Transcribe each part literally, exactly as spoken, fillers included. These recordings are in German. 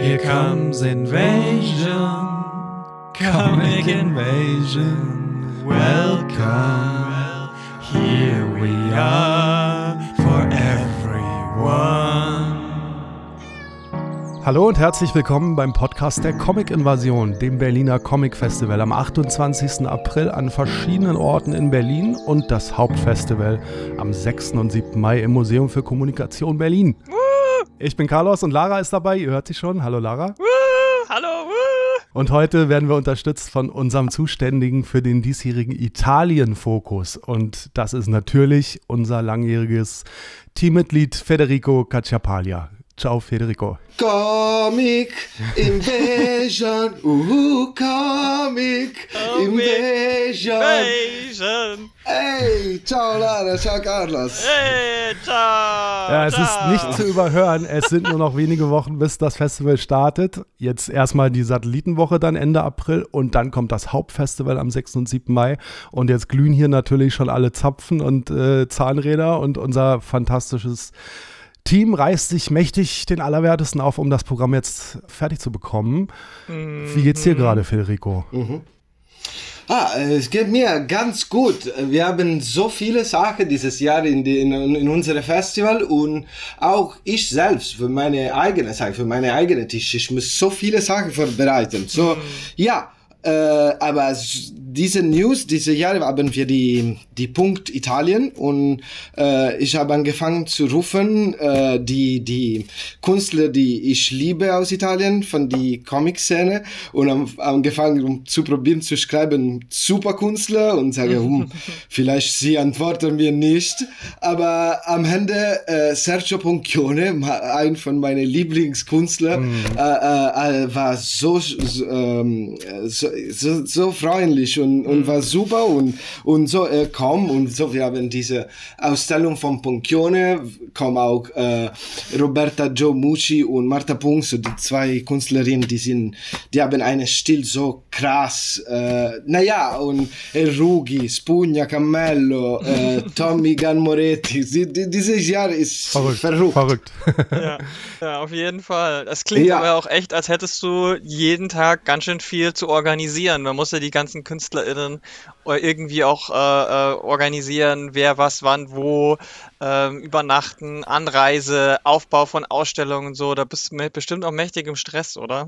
Here comes invasion, comic invasion, welcome. Here we are for everyone. Hallo und herzlich willkommen beim Podcast der Comic Invasion, dem Berliner Comic Festival am achtundzwanzigsten April an verschiedenen Orten in Berlin und das Hauptfestival am sechsten und siebten Mai im Museum für Kommunikation Berlin. Ich bin Carlos und Lara ist dabei, ihr hört sie schon. Hallo Lara. Hallo. Und heute werden wir unterstützt von unserem Zuständigen für den diesjährigen Italien-Fokus. Und das ist natürlich unser langjähriges Teammitglied Federico Cacciapaglia. Ciao Federico. Comic Invasion, uh, Comic Invasion. Invasion. Hey, ciao Lara, ciao Carlos. Hey, ciao. Ja, es ciao. ist nicht zu überhören. Es sind nur noch wenige Wochen, bis das Festival startet. Jetzt erstmal die Satellitenwoche dann Ende April und dann kommt das Hauptfestival am sechsten und siebten Mai. Und jetzt glühen hier natürlich schon alle Zapfen und äh, Zahnräder und unser fantastisches Team reißt sich mächtig den Allerwertesten auf, um das Programm jetzt fertig zu bekommen. Mhm. Wie geht's dir gerade, Federico? Mhm. Ah, es geht mir ganz gut. Wir haben so viele Sachen dieses Jahr in, die, in, in unserem Festival und auch ich selbst für meine eigene Sache, für meine eigene Tische. Ich muss so viele Sachen vorbereiten. So, mhm. ja. Äh, aber diese News, diese Jahre haben wir die, die Punkt Italien und äh, ich habe angefangen zu rufen, äh, die, die Künstler, die ich liebe aus Italien, von die Comic-Szene und am, angefangen um zu probieren zu schreiben, super Künstler und sage, hm, vielleicht sie antworten mir nicht, aber am Ende äh, Sergio Ponchione, ein von meinen Lieblingskünstler, mm. äh, äh, war so, so, ähm, so So, so freundlich und, und war super und, und so er kam und so wir haben diese Ausstellung von Ponchione, kommen auch äh, Roberta Jo Mucci und Marta Punks, so die zwei Künstlerinnen, die sind, die haben einen Stil so krass, äh, naja, und El Rugi, Spugna, Cammello, äh, Tommy Gunn Moretti, die, die, dieses Jahr ist verrückt. verrückt. verrückt. Ja, ja, auf jeden Fall. Das klingt ja. aber auch echt, als hättest du jeden Tag ganz schön viel zu organisieren. Man muss ja die ganzen KünstlerInnen irgendwie auch äh, organisieren, wer was, wann, wo, äh, übernachten, Anreise, Aufbau von Ausstellungen und so. Da bist du bestimmt auch mächtig im Stress, oder?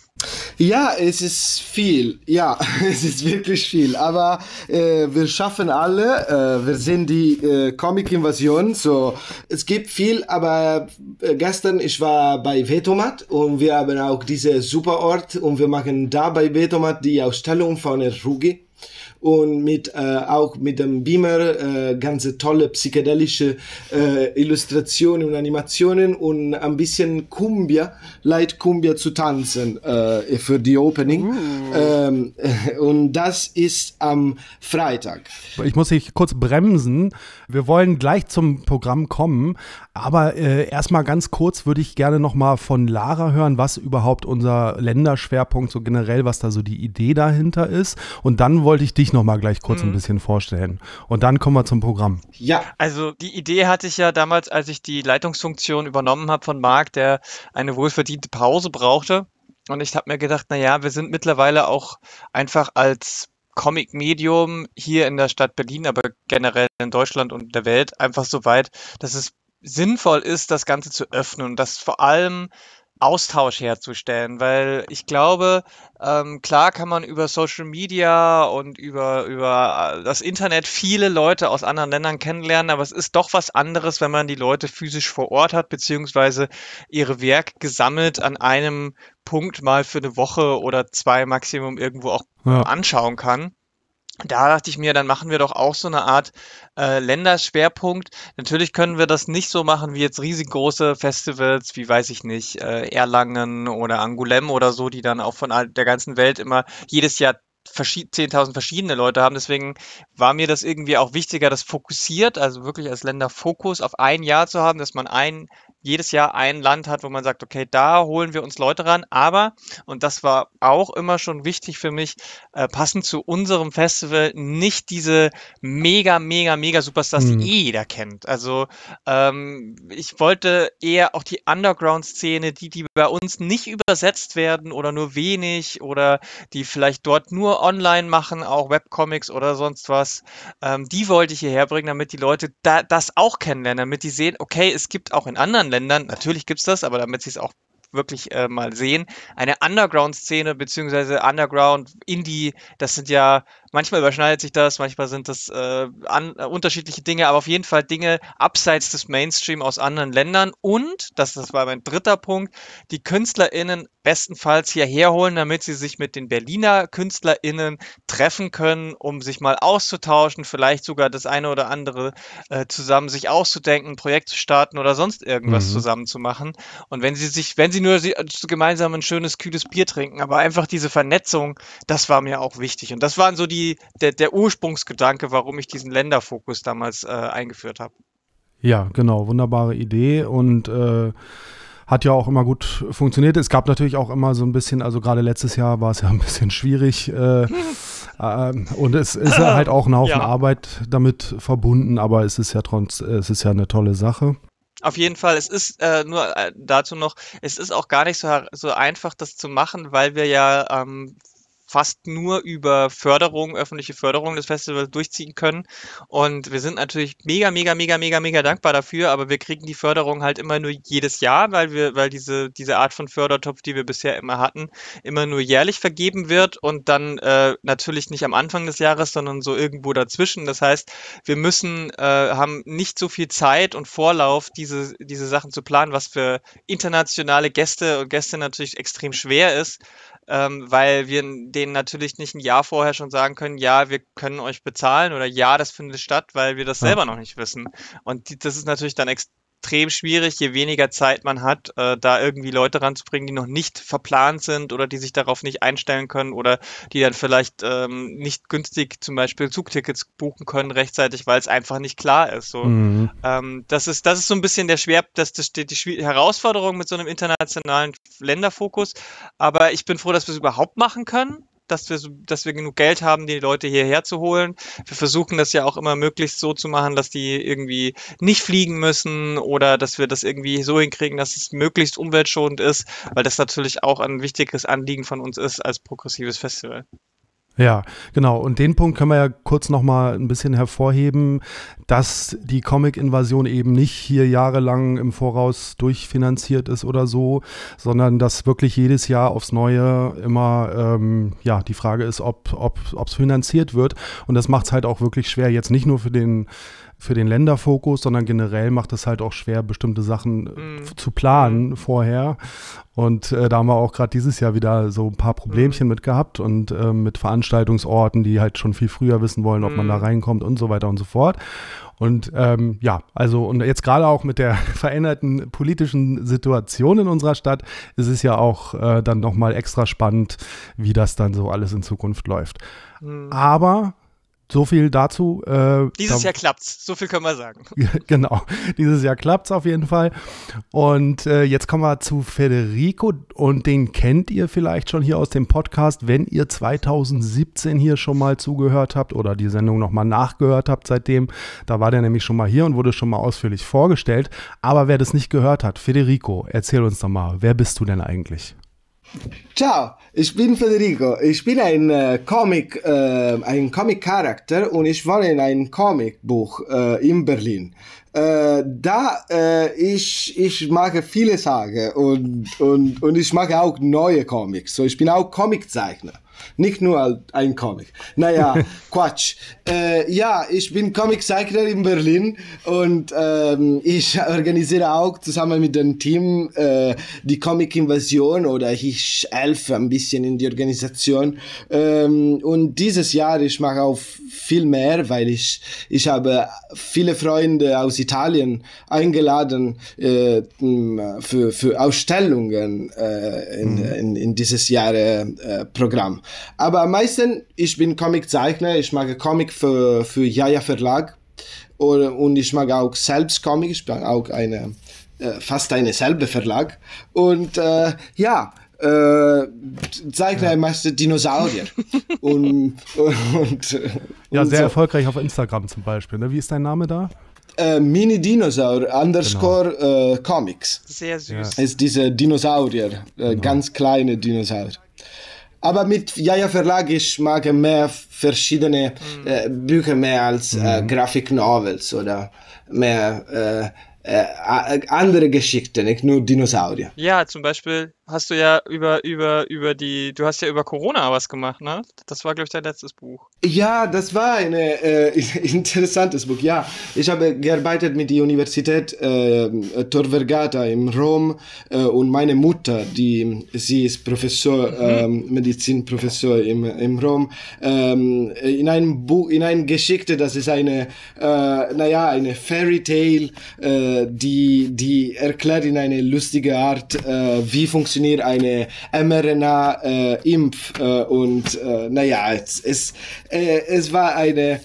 Ja, es ist viel. Ja, es ist wirklich viel. Aber äh, wir schaffen alle. Äh, wir sind die äh, Comic-Invasion. So, es gibt viel. Aber äh, gestern ich war bei Vetomat und wir haben auch diese super Ort und wir machen da bei Vetomat die Ausstellung von El Rugi. Und mit äh, auch mit dem Beamer äh, ganze tolle psychedelische äh, Illustrationen und Animationen und ein bisschen Cumbia, Light Cumbia zu tanzen äh, für die Opening. Uh. Ähm, und das ist am Freitag. Ich muss dich kurz bremsen. Wir wollen gleich zum Programm kommen, aber äh, erstmal ganz kurz würde ich gerne nochmal von Lara hören, was überhaupt unser Länderschwerpunkt so generell, was da so die Idee dahinter ist. Und dann wollte ich dich noch mal gleich kurz mhm. ein bisschen vorstellen. Und dann kommen wir zum Programm. Ja. Also die Idee hatte ich ja damals, als ich die Leitungsfunktion übernommen habe von Marc, der eine wohlverdiente Pause brauchte. Und ich habe mir gedacht, naja, wir sind mittlerweile auch einfach als Comic-Medium hier in der Stadt Berlin, aber generell in Deutschland und der Welt einfach so weit, dass es sinnvoll ist, das Ganze zu öffnen und das vor allem Austausch herzustellen, weil ich glaube, ähm, klar kann man über Social Media und über, über das Internet viele Leute aus anderen Ländern kennenlernen, aber es ist doch was anderes, wenn man die Leute physisch vor Ort hat, beziehungsweise ihre Werke gesammelt an einem Punkt mal für eine Woche oder zwei Maximum irgendwo auch ja. anschauen kann. Da dachte ich mir, dann machen wir doch auch so eine Art äh, Länderschwerpunkt. Natürlich können wir das nicht so machen wie jetzt riesengroße Festivals, wie weiß ich nicht, äh, Erlangen oder Angoulême oder so, die dann auch von der ganzen Welt immer jedes Jahr zehntausend verschiedene Leute haben. Deswegen war mir das irgendwie auch wichtiger, das fokussiert, also wirklich als Länderfokus auf ein Jahr zu haben, dass man ein jedes Jahr ein Land hat, wo man sagt, okay, da holen wir uns Leute ran, aber, und das war auch immer schon wichtig für mich, äh, passend zu unserem Festival, nicht diese mega, mega, mega Superstars, Mhm. die eh jeder kennt. Also ähm, ich wollte eher auch die Underground-Szene, die, die bei uns nicht übersetzt werden oder nur wenig oder die vielleicht dort nur online machen, auch Webcomics oder sonst was, ähm, die wollte ich hierher bringen, damit die Leute da, das auch kennenlernen, damit die sehen, okay, es gibt auch in anderen Ländern, natürlich gibt es das, aber damit sie es auch wirklich äh, mal sehen, eine Underground-Szene beziehungsweise Underground-Indie, das sind ja, manchmal überschneidet sich das, manchmal sind das äh, an, äh, unterschiedliche Dinge, aber auf jeden Fall Dinge abseits des Mainstream aus anderen Ländern und, das, das war mein dritter Punkt, die KünstlerInnen bestenfalls hierher holen, damit sie sich mit den Berliner KünstlerInnen treffen können, um sich mal auszutauschen, vielleicht sogar das eine oder andere äh, zusammen sich auszudenken, ein Projekt zu starten oder sonst irgendwas Mhm. zusammen zu machen. Und wenn sie sich, wenn sie nur sie, gemeinsam ein schönes, kühles Bier trinken, aber einfach diese Vernetzung, das war mir auch wichtig. Und das waren so die, der, der Ursprungsgedanke, warum ich diesen Länderfokus damals äh, eingeführt habe. Ja, genau, wunderbare Idee und äh, hat ja auch immer gut funktioniert. Es gab natürlich auch immer so ein bisschen, also gerade letztes Jahr war es ja ein bisschen schwierig äh, äh, und es ist ja halt auch ein Haufen Ja. Arbeit damit verbunden, aber es ist ja trotz, es ist ja eine tolle Sache. Auf jeden Fall, es ist äh, nur äh, dazu noch, es ist auch gar nicht so, her- so einfach, das zu machen, weil wir ja ähm, fast nur über Förderung, öffentliche Förderung des Festivals durchziehen können. Und wir sind natürlich mega, mega, mega, mega, mega dankbar dafür, aber wir kriegen die Förderung halt immer nur jedes Jahr, weil wir, weil diese, diese Art von Fördertopf, die wir bisher immer hatten, immer nur jährlich vergeben wird und dann äh, natürlich nicht am Anfang des Jahres, sondern so irgendwo dazwischen. Das heißt, wir müssen, äh, haben nicht so viel Zeit und Vorlauf, diese, diese Sachen zu planen, was für internationale Gäste und Gäste natürlich extrem schwer ist, ähm, weil wir denen natürlich nicht ein Jahr vorher schon sagen können, ja, wir können euch bezahlen oder ja, das findet statt, weil wir das Ja. selber noch nicht wissen. Und die, das ist natürlich dann extrem schwierig, je weniger Zeit man hat, äh, da irgendwie Leute ranzubringen, die noch nicht verplant sind oder die sich darauf nicht einstellen können oder die dann vielleicht ähm, nicht günstig zum Beispiel Zugtickets buchen können rechtzeitig, weil es einfach nicht klar ist. So. Mhm. Ähm, das ist, das ist so ein bisschen der Schwer, das, das die, die Schwier- Herausforderung mit so einem internationalen Länderfokus. Aber ich bin froh, dass wir es überhaupt machen können, dass wir, so, dass wir genug Geld haben, die Leute hierher zu holen. Wir versuchen das ja auch immer möglichst so zu machen, dass die irgendwie nicht fliegen müssen oder dass wir das irgendwie so hinkriegen, dass es möglichst umweltschonend ist, weil das natürlich auch ein wichtiges Anliegen von uns ist als progressives Festival. Ja, genau. Und den Punkt können wir ja kurz noch mal ein bisschen hervorheben, dass die Comic-Invasion eben nicht hier jahrelang im Voraus durchfinanziert ist oder so, sondern dass wirklich jedes Jahr aufs Neue immer, ähm, ja, die Frage ist, ob ob es finanziert wird. Und das macht es halt auch wirklich schwer, jetzt nicht nur für den für den Länderfokus, sondern generell macht es halt auch schwer, bestimmte Sachen Mhm. f- zu planen vorher. Und äh, da haben wir auch gerade dieses Jahr wieder so ein paar Problemchen mit gehabt und äh, mit Veranstaltungsorten, die halt schon viel früher wissen wollen, ob man da Mhm. reinkommt und so weiter und so fort. Und ähm, ja, also und jetzt gerade auch mit der veränderten politischen Situation in unserer Stadt ist es ja auch äh, dann nochmal extra spannend, wie das dann so alles in Zukunft läuft. Mhm. Aber so viel dazu. Äh, Dieses da, Jahr klappt's, so viel können wir sagen. Genau, dieses Jahr klappt es auf jeden Fall. Und äh, jetzt kommen wir zu Federico und den kennt ihr vielleicht schon hier aus dem Podcast, wenn ihr zwanzig siebzehn hier schon mal zugehört habt oder die Sendung nochmal nachgehört habt seitdem. Da war der nämlich schon mal hier und wurde schon mal ausführlich vorgestellt. Aber wer das nicht gehört hat, Federico, erzähl uns doch mal, wer bist du denn eigentlich? Ciao, ich bin Federico. Ich bin ein äh, Comic, äh, ein Comic-Charakter und ich wohne in einem Comicbuch äh, in Berlin. Äh, da äh, ich ich mache viele Sachen und und und ich mache auch neue Comics. So ich bin auch Comiczeichner. Nicht nur ein Comic. Naja, Quatsch. Äh, ja, ich bin Comiczeichner in Berlin und ähm, ich organisiere auch zusammen mit dem Team äh, die Comic-Invasion oder ich helfe ein bisschen in die Organisation. Ähm, und dieses Jahr, ich mache auch viel mehr, weil ich, ich habe viele Freunde aus Italien eingeladen äh, für, für Ausstellungen äh, in, mhm. in, in dieses Jahr äh, Programm. Aber am meisten, ich bin Comiczeichner, ich mache Comic für, für Jaja Verlag und, und ich mag auch selbst Comic, ich bin auch eine äh, fast eine selbe Verlag. Und äh, ja, äh, zeichnet ja. meist Dinosaurier. und, und, und, ja, und sehr so. erfolgreich auf Instagram zum Beispiel. Ne? Wie ist dein Name da? Äh, Mini Dinosaur underscore genau. äh, Comics. Sehr süß. Ja. Ist diese Dinosaurier, äh, genau. ganz kleine Dinosaurier. Aber mit Jaja Verlag, ich mag mehr verschiedene mhm. äh, Bücher mehr als mhm. äh, Graphic Novels oder mehr äh, äh, andere Geschichten, nicht nur Dinosaurier. Ja, zum Beispiel hast du ja über, über, über die, du hast ja über Corona was gemacht, ne? Das war, glaube ich, dein letztes Buch. Ja, das war ein äh, interessantes Buch, ja. Ich habe gearbeitet mit der Universität äh, Tor Vergata in Rom äh, und meine Mutter, die, sie ist Professor, mhm. äh, Medizinprofessor im, im Rom, äh, in einem Buch, in einer Geschichte, das ist eine, äh, naja, eine Fairy Tale, äh, die, die erklärt in eine lustige Art, äh, wie funktioniert eine mRNA-Impf äh, äh, und äh, naja, es, es, äh, es war ein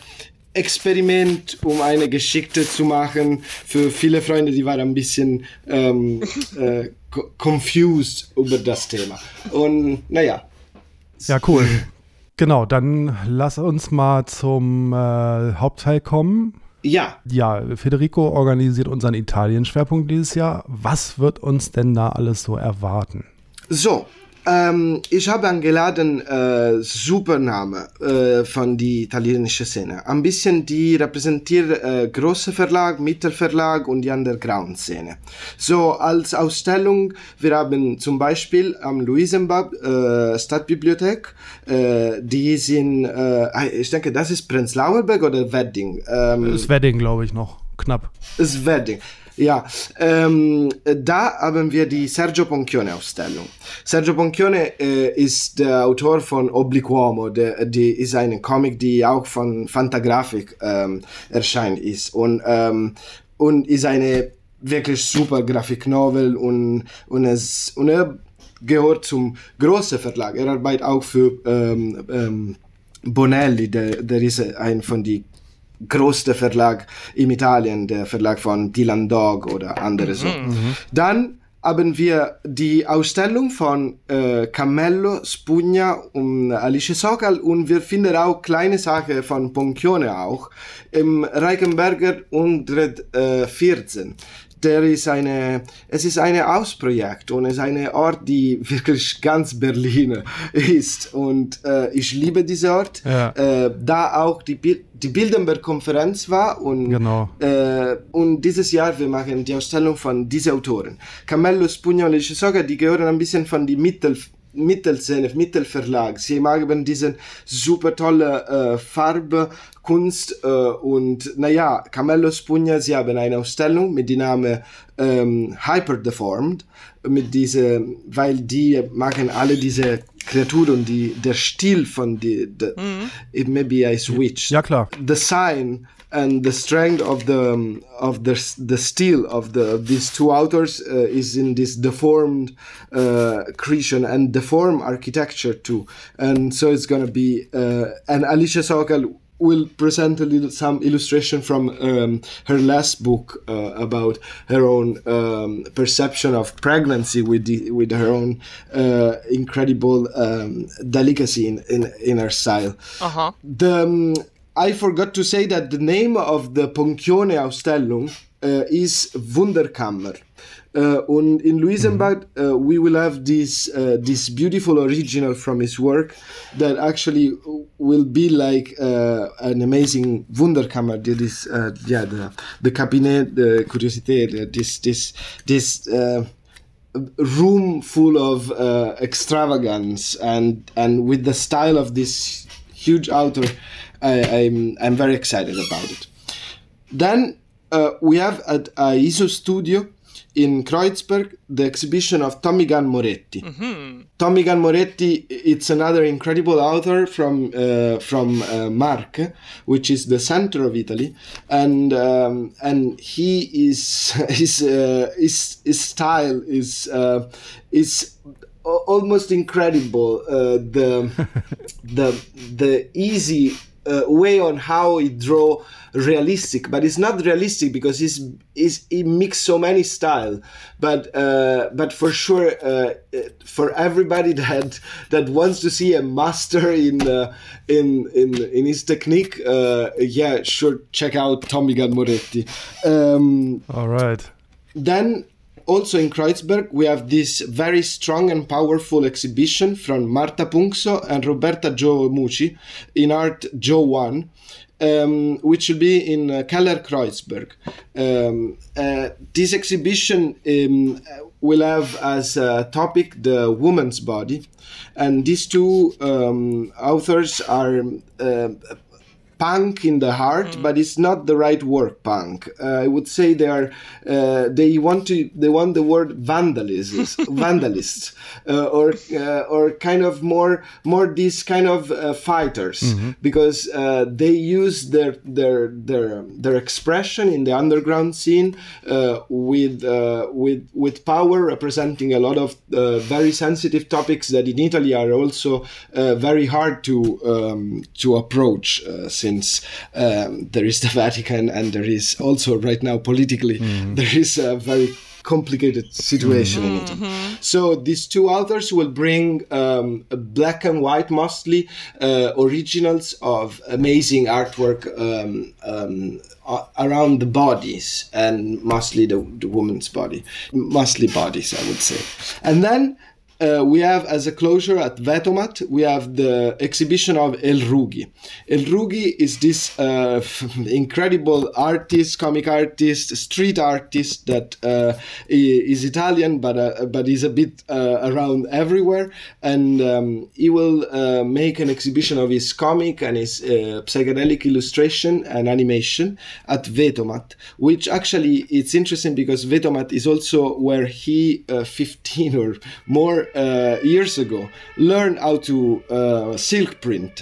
Experiment, um eine Geschichte zu machen für viele Freunde, die waren ein bisschen ähm, äh, confused über das Thema. Und naja. Ja, cool. Genau, dann lass uns mal zum äh, Hauptteil kommen. Ja. Ja, Federico organisiert unseren Italien-Schwerpunkt dieses Jahr. Was wird uns denn da alles so erwarten? So, ähm, ich habe eingeladen äh, Supername äh, von der italienischen Szene. Ein bisschen die repräsentiert äh, große Verlag, Mittelverlag und die Underground-Szene. So, als Ausstellung, wir haben zum Beispiel am Luisenbad äh, Stadtbibliothek, äh, die sind, äh, ich denke, das ist Prenzlauer Berg oder Wedding? Ähm, das ist Wedding, glaube ich, noch. Knapp. Das ist Wedding. Ja, ähm, da haben wir die Sergio Ponchione-Ausstellung. Sergio Ponchione äh, ist der Autor von Obliquuomo, der, die ist eine Comic, die auch von Fantagraphic ähm, erscheint ist und, ähm, und ist eine wirklich super Graphic Novel und, und, es, und er gehört zum großen Verlag. Er arbeitet auch für ähm, ähm, Bonelli, der, der ist ein von die größte Verlag in Italien, der Verlag von Dylan Dog oder andere so. Mhm. Dann haben wir die Ausstellung von äh, Cammello, Spugna und Alice Sokal und wir finden auch kleine Sachen von Ponchione auch im Reichenberger hundertvierzehn. Der ist eine, es ist ein Ausprojekt und es ist ein Ort, die wirklich ganz Berliner ist und äh, ich liebe diesen Ort, ja. äh, da auch die, die Bilderberg-Konferenz war und, genau. äh, und dieses Jahr wir machen die Ausstellung von diesen Autoren. Cammello, Spugna und Alice Sokal, die gehören ein bisschen von die Mittel Mittelszene, Mittelverlag. Sie machen diesen super tolle äh, Farbe, Kunst äh, und naja, Cammello Spugna, sie haben eine Ausstellung mit dem Namen ähm, Hyperdeformed, mit diese, weil die machen alle diese Kreaturen, die der Stil von die, the, mhm. it maybe I switched. Ja klar. The sign and the strength of the um, of the the steel of the of these two authors uh, is in this deformed uh, creation and deformed architecture too, and so it's gonna be uh, and Alice Sokal will present a little some illustration from um, her last book uh, about her own um, perception of pregnancy with the, with her own uh, incredible um, delicacy in, in in her style. Uh-huh. The um, I forgot to say that the name of the Ponchione Ausstellung uh, is Wunderkammer. Uh, and in Luisenbad, uh, we will have this uh, this beautiful original from his work that actually will be like uh, an amazing Wunderkammer. That is, uh, yeah, the the cabinet, the curiosité, the, this this this uh, room full of uh, extravagance and and with the style of this huge author. I, I'm I'm very excited about it. Then uh, we have at uh, I S O Studio in Kreuzberg the exhibition of Tommy Gunn Moretti. Mm-hmm. Tommy Gunn Moretti, it's another incredible author from uh, from uh, Marche, which is the center of Italy, and um, and he is his uh, his his style is uh, is almost incredible. Uh, the the the easy uh, way on how he draw realistic, but it's not realistic because he's, he's he mix so many style. But uh, but for sure, uh, for everybody that that wants to see a master in uh, in in in his technique, uh, yeah, sure, check out Tommy Gunn Moretti. Um, All right. Then. Also in Kreuzberg, we have this very strong and powerful exhibition from Marta Punxo and Roberta Jo Mucci in Art Jo one, um, which will be in uh, Keller Kreuzberg. Um, uh, this exhibition um, will have as a topic the woman's body, and these two um, authors are uh, punk in the heart, mm. but it's not the right word. Punk. Uh, I would say they are. Uh, they want to. They want the word vandalism, vandalists, uh, or uh, or kind of more more these kind of uh, fighters, mm-hmm. because uh, they use their their their their expression in the underground scene uh, with uh, with with power, representing a lot of uh, very sensitive topics that in Italy are also uh, very hard to um, to approach. Uh, Since um, there is the Vatican and there is also right now politically mm. there is a very complicated situation mm-hmm. in Italy. So these two authors will bring um, black and white mostly uh, originals of amazing artwork um, um, around the bodies and mostly the, the woman's body, mostly bodies I would say. And then Uh, we have as a closure at Vetomat, we have the exhibition of El Rughi. El Rughi is this uh, incredible artist, comic artist, street artist that uh, is Italian, but uh, but is a bit uh, around everywhere. And um, he will uh, make an exhibition of his comic and his uh, psychedelic illustration and animation at Vetomat, which actually it's interesting because Vetomat is also where he, uh, fifteen or more Uh, years ago, learned how to uh, silk print.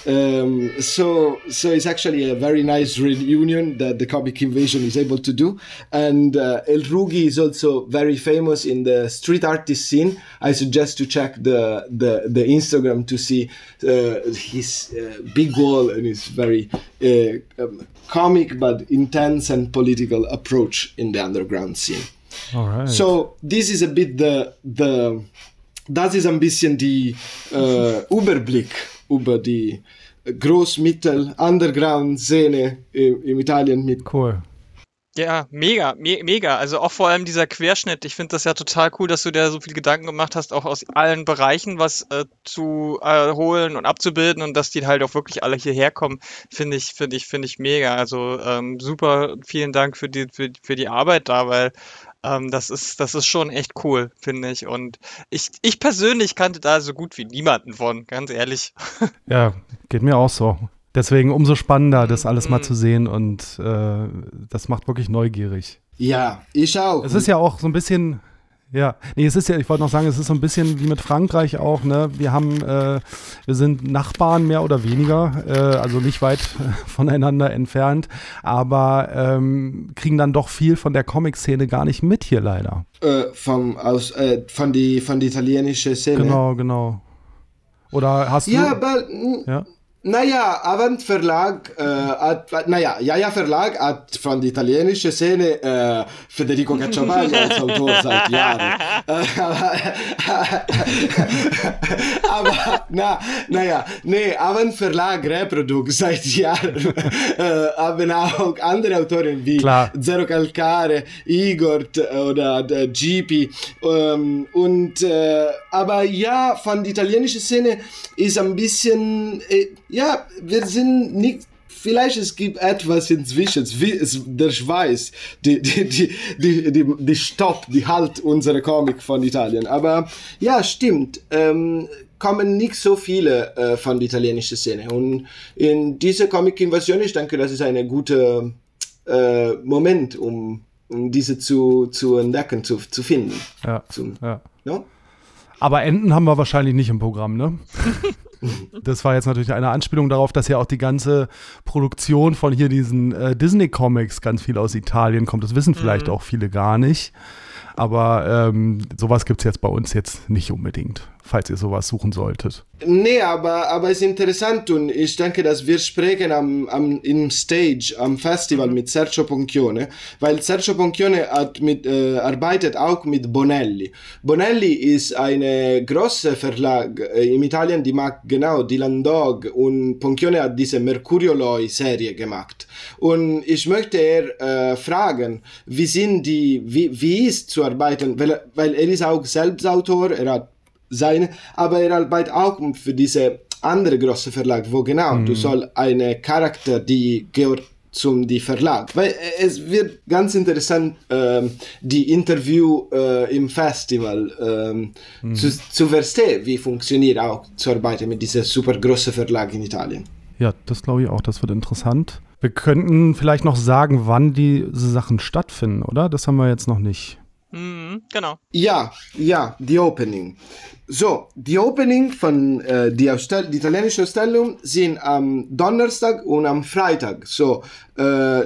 Um, so, so it's actually a very nice reunion that the Comic Invasion is able to do. And uh, El Rughi is also very famous in the street artist scene. I suggest to check the the, the Instagram to see uh, his uh, big wall and his very uh, um, comic but intense and political approach in the underground scene. All right. So this is a bit the the das ist ein bisschen die äh, Überblick über die Groß-, Mittel-, Underground-Szene im, im Italien mit. Cool. Ja, mega, me- mega. Also auch vor allem dieser Querschnitt. Ich finde das ja total cool, dass du dir so viel Gedanken gemacht hast, auch aus allen Bereichen was äh, zu äh, holen und abzubilden und dass die halt auch wirklich alle hierher kommen, finde ich, finde ich, finde ich mega. Also ähm, super, vielen Dank für die, für, für die Arbeit da, weil ähm, das ist, das ist schon echt cool, finde ich. Und ich, ich persönlich kannte da so gut wie niemanden von, ganz ehrlich. Ja, geht mir auch so. Deswegen umso spannender, das alles mal zu sehen und äh, das macht wirklich neugierig. Ja, ich auch. Es ist ja auch so ein bisschen, ja, nee, es ist ja, ich wollte noch sagen, es ist so ein bisschen wie mit Frankreich auch, ne? Wir haben, äh, wir sind Nachbarn mehr oder weniger, äh, also nicht weit voneinander entfernt, aber ähm, kriegen dann doch viel von der Comic-Szene gar nicht mit hier leider. Äh, vom, aus, äh, von die, von die italienische Szene. Genau, genau. Oder hast ja, du... Aber, ja, Naja, Avant Verlag, äh, hat, naja, Jaja Verlag hat von der italienischen Szene äh, Federico Cacciavaglia als Autor seit Jahren. Äh, aber, aber, na, naja, nee, Avant Verlag Reprodukt seit Jahren äh, haben auch andere Autoren wie Klar. Zero Calcare, Igor oder äh, G P. Ähm, und, äh, aber ja, von der italienischen Szene ist ein bisschen... Äh, Ja, wir sind nicht, vielleicht es gibt etwas inzwischen, der Schweiß, die, die, die, die, die, die Stopp, die Halt unserer Comic von Italien. Aber ja, stimmt, ähm, kommen nicht so viele äh, von der italienischen Szene. Und in dieser Comic-Invasion, ich denke, das ist ein guter äh, Moment, um, um diese zu, zu entdecken, zu, zu finden. Ja, zu, ja. No? Aber Enten haben wir wahrscheinlich nicht im Programm, ne? Das war jetzt natürlich eine Anspielung darauf, dass ja auch die ganze Produktion von hier diesen äh, Disney-Comics ganz viel aus Italien kommt. Das wissen vielleicht mhm. auch viele gar nicht. Aber ähm, sowas gibt es jetzt bei uns jetzt nicht unbedingt. falls ihr sowas suchen solltet. Nee, aber, aber es ist interessant und ich denke, dass wir sprechen am, am, im Stage, am Festival mit Sergio Ponchione, weil Sergio Ponchione hat mit, äh, arbeitet auch mit Bonelli. Bonelli ist eine große Verlag äh, in Italien, die macht genau Dylan Dog und Ponchione hat diese Mercurio Loi Serie gemacht. Und ich möchte er äh, fragen, wie sind die, wie, wie ist zu arbeiten, weil, weil er ist auch selbst Autor, er hat seine, aber er arbeitet auch für diese andere große Verlag, wo genau, mhm. du soll eine Charakter, die gehört zum die Verlag. Weil es wird ganz interessant, ähm, die Interview äh, im Festival ähm, mhm. zu, zu verstehen, wie funktioniert auch zu arbeiten mit diesem super großen Verlag in Italien. Ja, das glaube ich auch, das wird interessant. Wir könnten vielleicht noch sagen, wann diese Sachen stattfinden, oder? Das haben wir jetzt noch nicht. Mhm, genau. Ja, ja, die Opening. So, die Opening von äh, die, Ausstell- die italienische Ausstellung sind am Donnerstag und am Freitag. So, äh,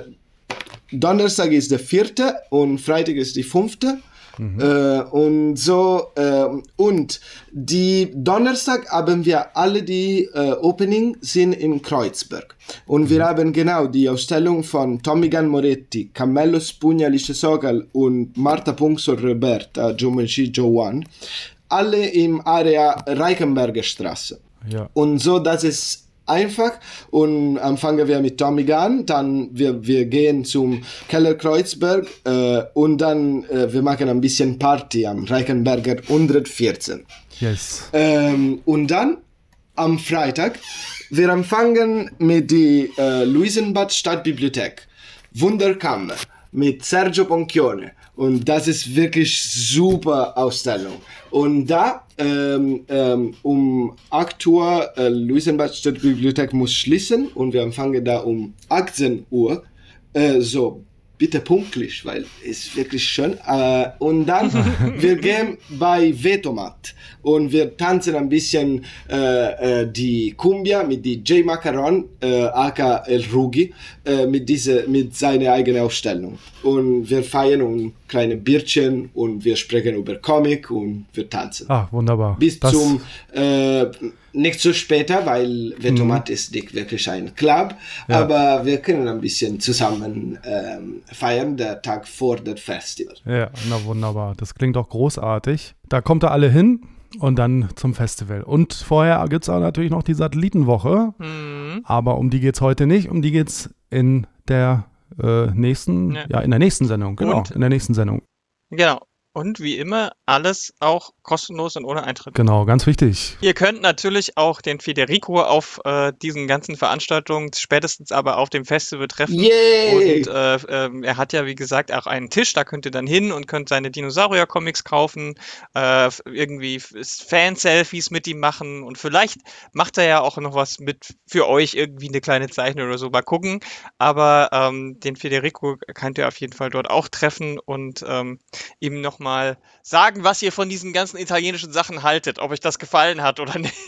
Donnerstag ist der vierte und Freitag ist die fünfte. Mhm. Äh, und so, äh, und die Donnerstag haben wir alle die äh, Opening sind in Kreuzberg. Und mhm. wir haben genau die Ausstellung von Tommy Moretti, Cammello Spugnalische Sokal und Marta Punxsur Roberta, Geometrie Joan, alle im Area Reichenberger Straße. Ja. Und so, das ist einfach und anfangen wir mit Tommy Gunn, dann wir, wir gehen zum Keller Kreuzberg äh, und dann äh, wir machen ein bisschen Party am Reichenberger hundertvierzehn. Yes. Ähm, und dann am Freitag wir anfangen mit die äh, Luisenbad Stadtbibliothek Wunderkammer mit Sergio Ponchione und das ist wirklich super Ausstellung. Und da ähm, ähm, um acht Uhr äh, Luisenbad Stadtbibliothek muss schließen und wir anfangen da um achtzehn Uhr. Äh, so, bitte pünktlich, weil es wirklich schön. Äh, und dann wir gehen bei Vetomat und wir tanzen ein bisschen äh, äh, die Cumbia mit die J Macaron, äh, aka El Rugi, äh, mit diese mit seiner eigenen Ausstellung. Und wir feiern um kleine Bierchen und wir sprechen über Comic und wir tanzen. Ah, wunderbar. Bis das zum äh, nicht so später, weil Vetomat mhm. ist nicht wirklich ein Club, ja. aber wir können ein bisschen zusammen ähm, feiern, der Tag vor dem Festival. Ja, na wunderbar. Das klingt auch großartig. Da kommt ihr alle hin und dann zum Festival. Und vorher gibt es auch natürlich noch die Satellitenwoche, mhm. aber um die geht es heute nicht, um die geht es in der äh, nächsten, ja. ja, in der nächsten Sendung, genau, und? in der nächsten Sendung. Genau. Und wie immer, alles auch kostenlos und ohne Eintritt. Genau, ganz wichtig. Ihr könnt natürlich auch den Federico auf äh, diesen ganzen Veranstaltungen, spätestens aber auf dem Festival treffen. Yay! Und äh, äh, er hat ja, wie gesagt, auch einen Tisch, da könnt ihr dann hin und könnt seine Dinosaurier-Comics kaufen, äh, irgendwie Fan-Selfies mit ihm machen und vielleicht macht er ja auch noch was mit für euch, irgendwie eine kleine Zeichnung oder so, mal gucken. Aber ähm, den Federico könnt ihr auf jeden Fall dort auch treffen und ähm, ihm noch mal sagen, was ihr von diesen ganzen italienischen Sachen haltet, ob euch das gefallen hat oder nicht.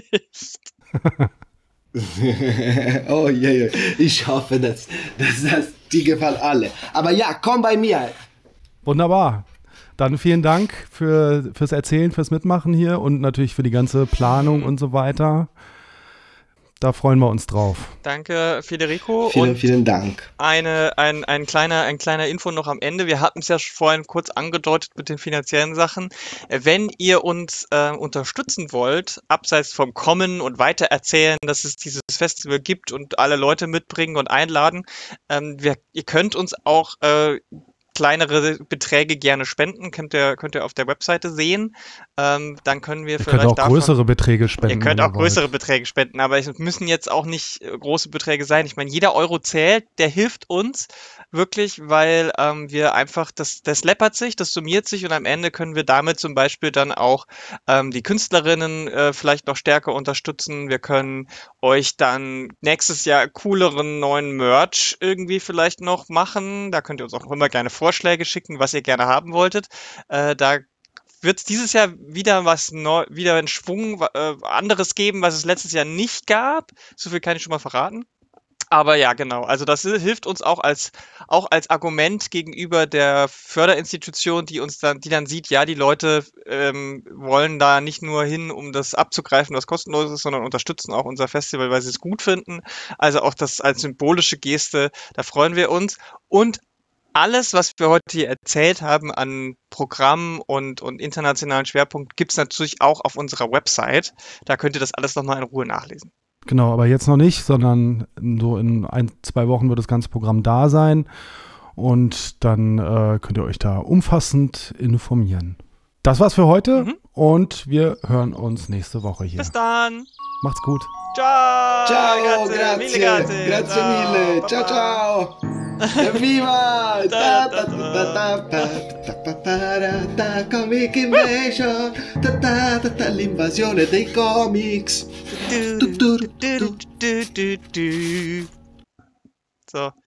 Oh je, yeah, yeah. Ich hoffe, dass, dass das die gefallen alle. Aber ja, komm bei mir. Wunderbar. Dann vielen Dank für, fürs Erzählen, fürs Mitmachen hier und natürlich für die ganze Planung und so weiter. Da freuen wir uns drauf. Danke, Federico. Vielen, und vielen Dank. Eine, ein, ein, kleiner, ein kleiner Info noch am Ende. Wir hatten es ja vorhin kurz angedeutet mit den finanziellen Sachen. Wenn ihr uns äh, unterstützen wollt, abseits vom Kommen und weitererzählen, dass es dieses Festival gibt und alle Leute mitbringen und einladen, ähm, wir, ihr könnt uns auch äh, kleinere Beträge gerne spenden, könnt ihr, könnt ihr auf der Webseite sehen. Ähm, dann können wir ihr vielleicht könnt auch davon, größere Beträge spenden. Ihr könnt auch größere wollt. Beträge spenden, aber es müssen jetzt auch nicht äh, große Beträge sein. Ich meine, jeder Euro zählt, der hilft uns wirklich, weil ähm, wir einfach, das, das läppert sich, das summiert sich und am Ende können wir damit zum Beispiel dann auch ähm, die Künstlerinnen äh, vielleicht noch stärker unterstützen. Wir können euch dann nächstes Jahr cooleren neuen Merch irgendwie vielleicht noch machen. Da könnt ihr uns auch immer gerne Vorschläge schicken, was ihr gerne haben wolltet. Äh, da wird es dieses Jahr wieder was neu, wieder einen Schwung äh, anderes geben, was es letztes Jahr nicht gab. So viel kann ich schon mal verraten. Aber ja, genau. Also das hilft uns auch als, auch als Argument gegenüber der Förderinstitution, die uns dann, die dann sieht, ja, die Leute ähm, wollen da nicht nur hin, um das abzugreifen, was kostenlos ist, sondern unterstützen auch unser Festival, weil sie es gut finden. Also auch das als symbolische Geste, da freuen wir uns. Und alles, was wir heute hier erzählt haben an Programmen und, und internationalen Schwerpunkt, gibt es natürlich auch auf unserer Website. Da könnt ihr das alles nochmal in Ruhe nachlesen. Genau, aber jetzt noch nicht, sondern so in ein, zwei Wochen wird das ganze Programm da sein und dann äh, könnt ihr euch da umfassend informieren. Das war's für heute mhm. und wir hören uns nächste Woche hier. Bis dann. Macht's gut. Ciao. Ciao, grazie. grazie. Mille grazie. Grazie ciao. mille. Ciao, ciao. Evviva! Ta ta ta ta ta ta ta Comic Invasion! Ta ta ta ta l'invasione dei comics! So.